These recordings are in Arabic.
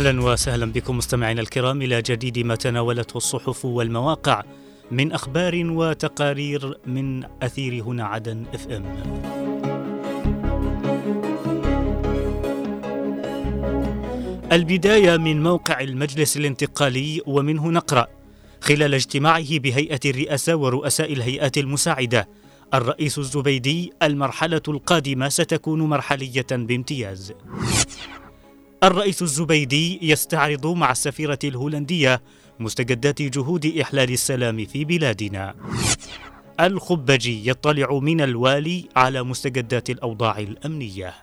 أهلا وسهلا بكم مستمعينا الكرام إلى جديد ما تناولته الصحف والمواقع من أخبار وتقارير من أثير هنا عدن FM. البداية من موقع المجلس الانتقالي ومنه نقرأ: خلال اجتماعه بهيئة الرئاسة ورؤساء الهيئات المساعدة الرئيس الزبيدي المرحلة القادمة ستكون مرحلية بامتياز. الرئيس الزبيدي يستعرض مع السفيرة الهولندية مستجدات جهود إحلال السلام في بلادنا. الخبجي يطلع من الوالي على مستجدات الأوضاع الأمنية.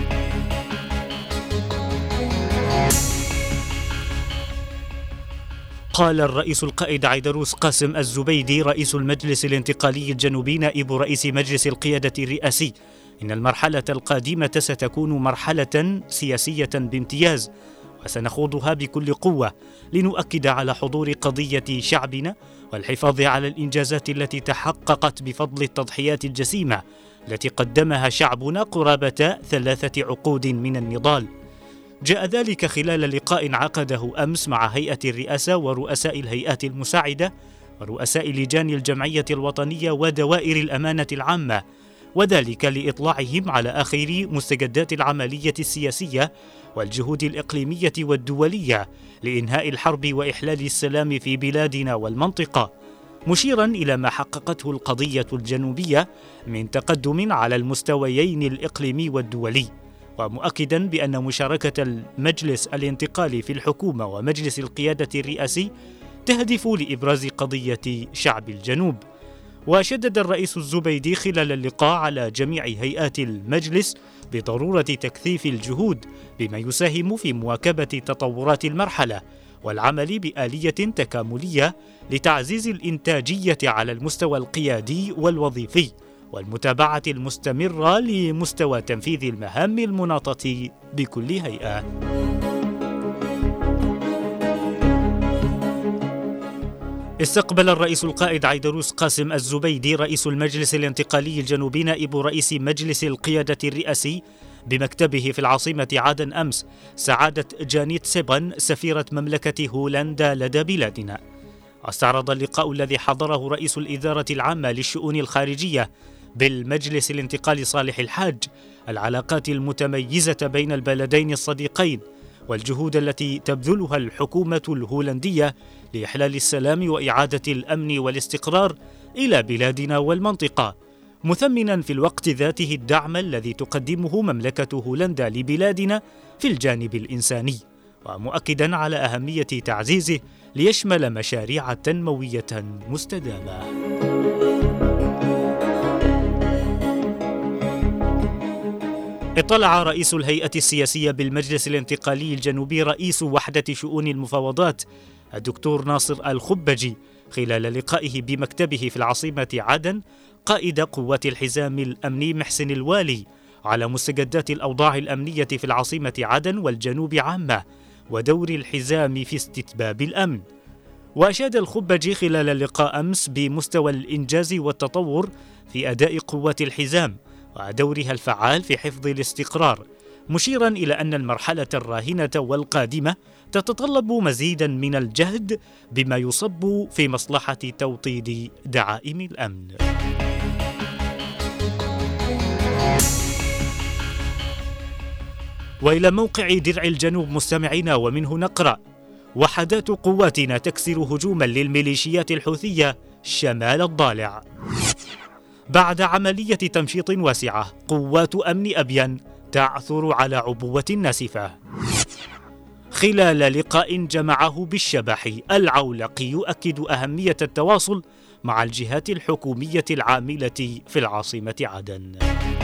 قال الرئيس القائد عيدروس قاسم الزبيدي رئيس المجلس الانتقالي الجنوبي نائب رئيس مجلس القيادة الرئاسي إن المرحلة القادمة ستكون مرحلة سياسية بامتياز، وسنخوضها بكل قوة لنؤكد على حضور قضية شعبنا والحفاظ على الإنجازات التي تحققت بفضل التضحيات الجسيمة التي قدمها شعبنا قرابة 3 عقود من النضال. جاء ذلك خلال لقاء عقده أمس مع هيئة الرئاسة ورؤساء الهيئات المساعدة ورؤساء لجان الجمعية الوطنية ودوائر الأمانة العامة، وذلك لإطلاعهم على آخر مستجدات العملية السياسية والجهود الإقليمية والدولية لإنهاء الحرب وإحلال السلام في بلادنا والمنطقة، مشيرا إلى ما حققته القضية الجنوبية من تقدم على المستويين الإقليمي والدولي، ومؤكدا بأن مشاركة المجلس الانتقالي في الحكومة ومجلس القيادة الرئاسي تهدف لإبراز قضية شعب الجنوب. وشدد الرئيس الزبيدي خلال اللقاء على جميع هيئات المجلس بضرورة تكثيف الجهود بما يساهم في مواكبة تطورات المرحلة والعمل بآلية تكاملية لتعزيز الإنتاجية على المستوى القيادي والوظيفي والمتابعة المستمرة لمستوى تنفيذ المهام المناطة بكل هيئة. استقبل الرئيس القائد عيدروس قاسم الزبيدي رئيس المجلس الانتقالي الجنوبي نائب رئيس مجلس القيادة الرئاسي بمكتبه في العاصمة عدن أمس سعادة جانيت سيبان سفيرة مملكة هولندا لدى بلادنا. استعرض اللقاء الذي حضره رئيس الإدارة العامة للشؤون الخارجية بالمجلس الانتقالي صالح الحاج العلاقات المتميزة بين البلدين الصديقين والجهود التي تبذلها الحكومة الهولندية لإحلال السلام وإعادة الأمن والاستقرار إلى بلادنا والمنطقة، مثمنا في الوقت ذاته الدعم الذي تقدمه مملكة هولندا لبلادنا في الجانب الإنساني، ومؤكدا على أهمية تعزيزه ليشمل مشاريع تنموية مستدامة. اطلع رئيس الهيئة السياسية بالمجلس الانتقالي الجنوبي رئيس وحدة شؤون المفاوضات الدكتور ناصر الخبجي خلال لقائه بمكتبه في العاصمة عدن قائد قوات الحزام الأمني محسن الوالي على مستجدات الأوضاع الأمنية في العاصمة عدن والجنوب عامة ودور الحزام في استتباب الأمن. وأشاد الخبجي خلال اللقاء أمس بمستوى الإنجاز والتطور في أداء قوات الحزام ودورها الفعال في حفظ الاستقرار، مشيرا إلى أن المرحلة الراهنة والقادمة تتطلب مزيدا من الجهد بما يصب في مصلحة توطيد دعائم الأمن. وإلى موقع درع الجنوب مستمعينا ومنه نقرأ: وحدات قواتنا تكسر هجوما للميليشيات الحوثية شمال الضالع. بعد عملية تمشيط واسعة قوات أمن أبين تعثر على عبوة ناسفة. خلال لقاء جمعه بالشبح العولقي يؤكد أهمية التواصل مع الجهات الحكومية العاملة في العاصمة عدن.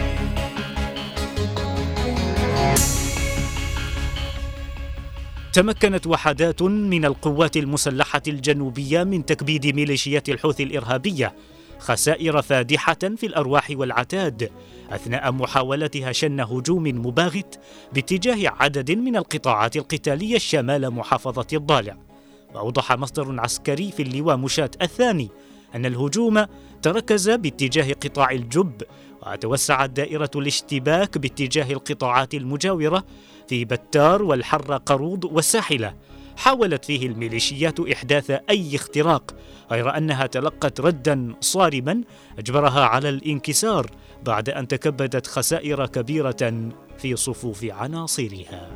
تمكنت وحدات من القوات المسلحة الجنوبية من تكبيد ميليشيات الحوثي الإرهابية خسائر فادحة في الأرواح والعتاد أثناء محاولتها شن هجوم مباغت باتجاه عدد من القطاعات القتالية شمال محافظة الضالع. وأوضح مصدر عسكري في اللواء مشاة الثاني أن الهجوم تركز باتجاه قطاع الجب وتوسعت دائرة الاشتباك باتجاه القطاعات المجاورة في بتار والحرة قروض والساحلة. حاولت فيه الميليشيات إحداث أي اختراق، غير أنها تلقت ردا صارما أجبرها على الانكسار بعد أن تكبدت خسائر كبيرة في صفوف عناصرها.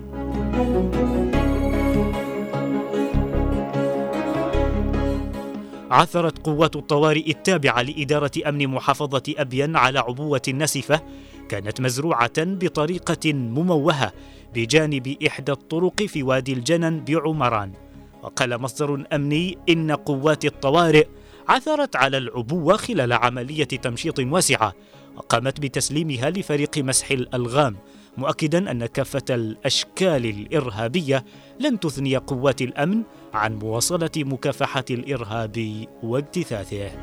عثرت قوات الطوارئ التابعة لإدارة أمن محافظة أبين على عبوة نسفة كانت مزروعة بطريقة مموهة بجانب إحدى الطرق في وادي الجنن بعمران. وقال مصدر أمني إن قوات الطوارئ عثرت على العبوة خلال عملية تمشيط واسعة وقامت بتسليمها لفريق مسح الألغام، مؤكدا أن كافة الأشكال الإرهابية لن تثني قوات الأمن عن مواصلة مكافحة الإرهاب واجتثاثه.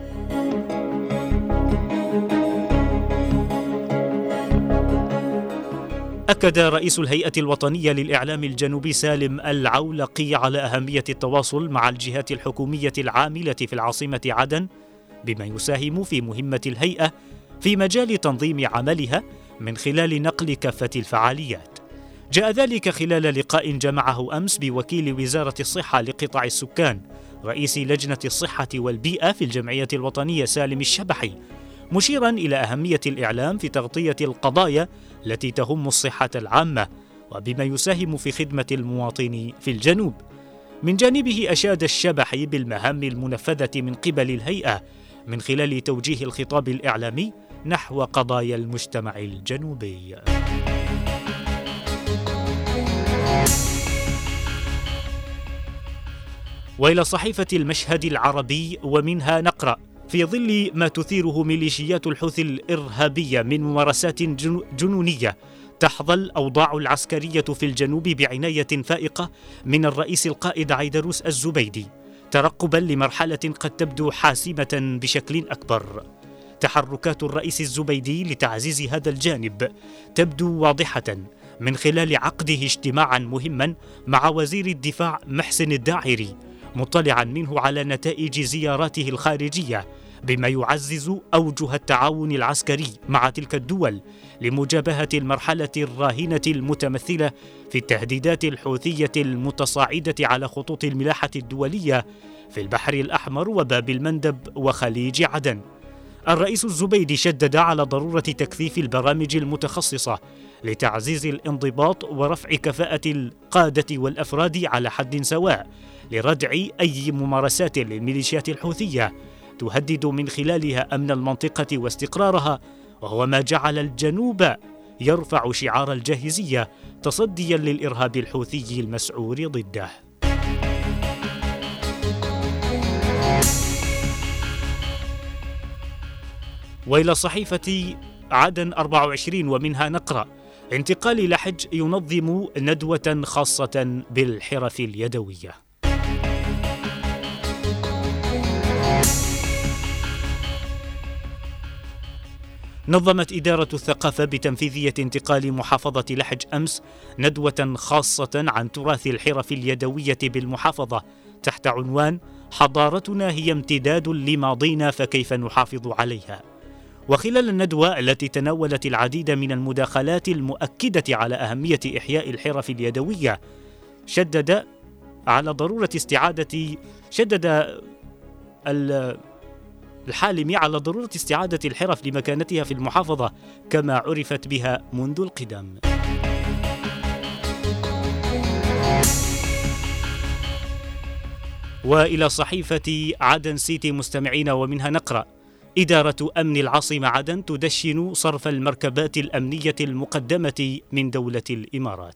أكد رئيس الهيئة الوطنية للإعلام الجنوبي سالم العولقي على أهمية التواصل مع الجهات الحكومية العاملة في العاصمة عدن بما يساهم في مهمة الهيئة في مجال تنظيم عملها من خلال نقل كافة الفعاليات. جاء ذلك خلال لقاء جمعه أمس بوكيل وزارة الصحة لقطاع السكان رئيس لجنة الصحة والبيئة في الجمعية الوطنية سالم الشبحي، مشيرا إلى أهمية الإعلام في تغطية القضايا التي تهم الصحة العامة وبما يساهم في خدمة المواطن في الجنوب. من جانبه أشاد الشبحي بالمهام المنفذة من قبل الهيئة من خلال توجيه الخطاب الإعلامي نحو قضايا المجتمع الجنوبي. وإلى صحيفة المشهد العربي ومنها نقرأ: في ظل ما تثيره ميليشيات الحوثي الإرهابية من ممارسات جنونية، تحظى الأوضاع العسكرية في الجنوب بعناية فائقة من الرئيس القائد عيدروس الزبيدي، ترقبا لمرحلة قد تبدو حاسمة بشكل أكبر. تحركات الرئيس الزبيدي لتعزيز هذا الجانب تبدو واضحة من خلال عقده اجتماعا مهما مع وزير الدفاع محسن الداعري، مطلعا منه على نتائج زياراته الخارجية بما يعزز أوجه التعاون العسكري مع تلك الدول لمجابهة المرحلة الراهنة المتمثلة في التهديدات الحوثية المتصاعدة على خطوط الملاحة الدولية في البحر الأحمر وباب المندب وخليج عدن. الرئيس الزبيدي شدد على ضرورة تكثيف البرامج المتخصصة لتعزيز الانضباط ورفع كفاءة القادة والأفراد على حد سواء لردع أي ممارسات للميليشيات الحوثية تهدد من خلالها أمن المنطقة واستقرارها، وهو ما جعل الجنوب يرفع شعار الجاهزية تصديا للإرهاب الحوثي المسعور ضده. وإلى صحيفة عدن 24 ومنها نقرأ: انتقال لحج ينظم ندوة خاصة بالحرف اليدوية. نظمت إدارة الثقافة بتنفيذية انتقال محافظة لحج أمس ندوة خاصة عن تراث الحرف اليدوية بالمحافظة تحت عنوان حضارتنا هي امتداد لماضينا فكيف نحافظ عليها. وخلال الندوة التي تناولت العديد من المداخلات المؤكدة على أهمية إحياء الحرف اليدوية، شدد الحالمي على ضرورة استعادة الحرف لمكانتها في المحافظة كما عرفت بها منذ القدم. وإلى صحيفة عدن سيتي مستمعين ومنها نقرأ: إدارة أمن العاصمة عدن تدشن صرف المركبات الأمنية المقدمة من دولة الإمارات.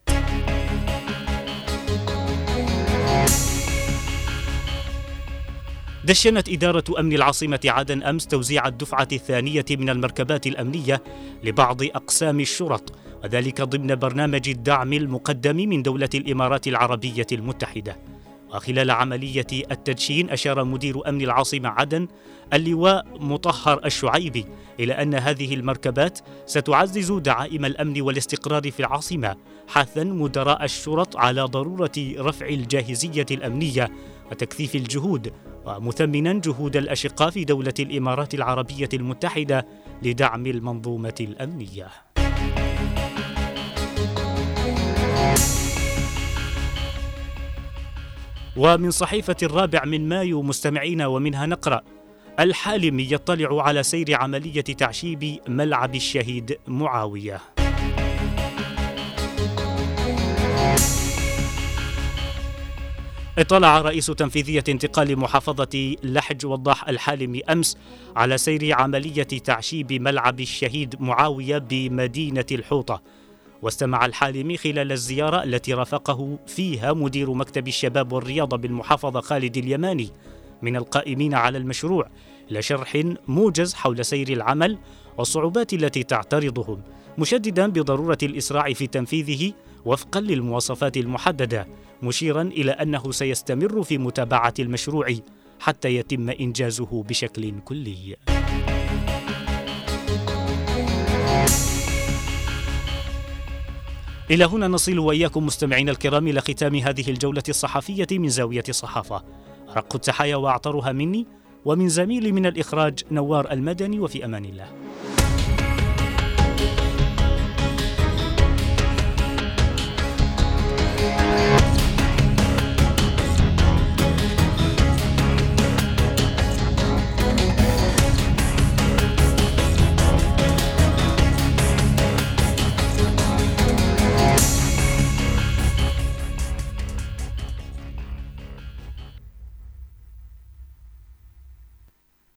دشنت إدارة أمن العاصمة عدن أمس توزيع الدفعة الثانية من المركبات الأمنية لبعض أقسام الشرط، وذلك ضمن برنامج الدعم المقدم من دولة الإمارات العربية المتحدة. وخلال عملية التدشين أشار مدير أمن العاصمة عدن اللواء مطهر الشعيبي إلى أن هذه المركبات ستعزز دعائم الأمن والاستقرار في العاصمة، حثا مدراء الشرط على ضرورة رفع الجاهزية الأمنية وتكثيف الجهود، ومثمنا جهود الأشقاء في دولة الإمارات العربية المتحدة لدعم المنظومة الأمنية. ومن صحيفة 4 مايو مستمعين، ومنها نقرأ: الحالمي يطلع على سير عملية تعشيب ملعب الشهيد معاوية. اطلع رئيس تنفيذية انتقال محافظة لحج وضاح الحالمي أمس على سير عملية تعشيب ملعب الشهيد معاوية بمدينة الحوطة، واستمع الحالمي خلال الزيارة التي رافقه فيها مدير مكتب الشباب والرياضة بالمحافظة خالد اليماني من القائمين على المشروع إلى شرح موجز حول سير العمل والصعوبات التي تعترضهم، مشددا بضرورة الإسراع في تنفيذه وفقا للمواصفات المحددة، مشيرا إلى أنه سيستمر في متابعة المشروع حتى يتم إنجازه بشكل كلي. إلى هنا نصل وإياكم مستمعين الكرام إلى ختام هذه الجولة الصحفية من زاوية الصحافة. رق التحايا وأعطرها مني ومن زميلي من الإخراج نوار المدني، وفي أمان الله.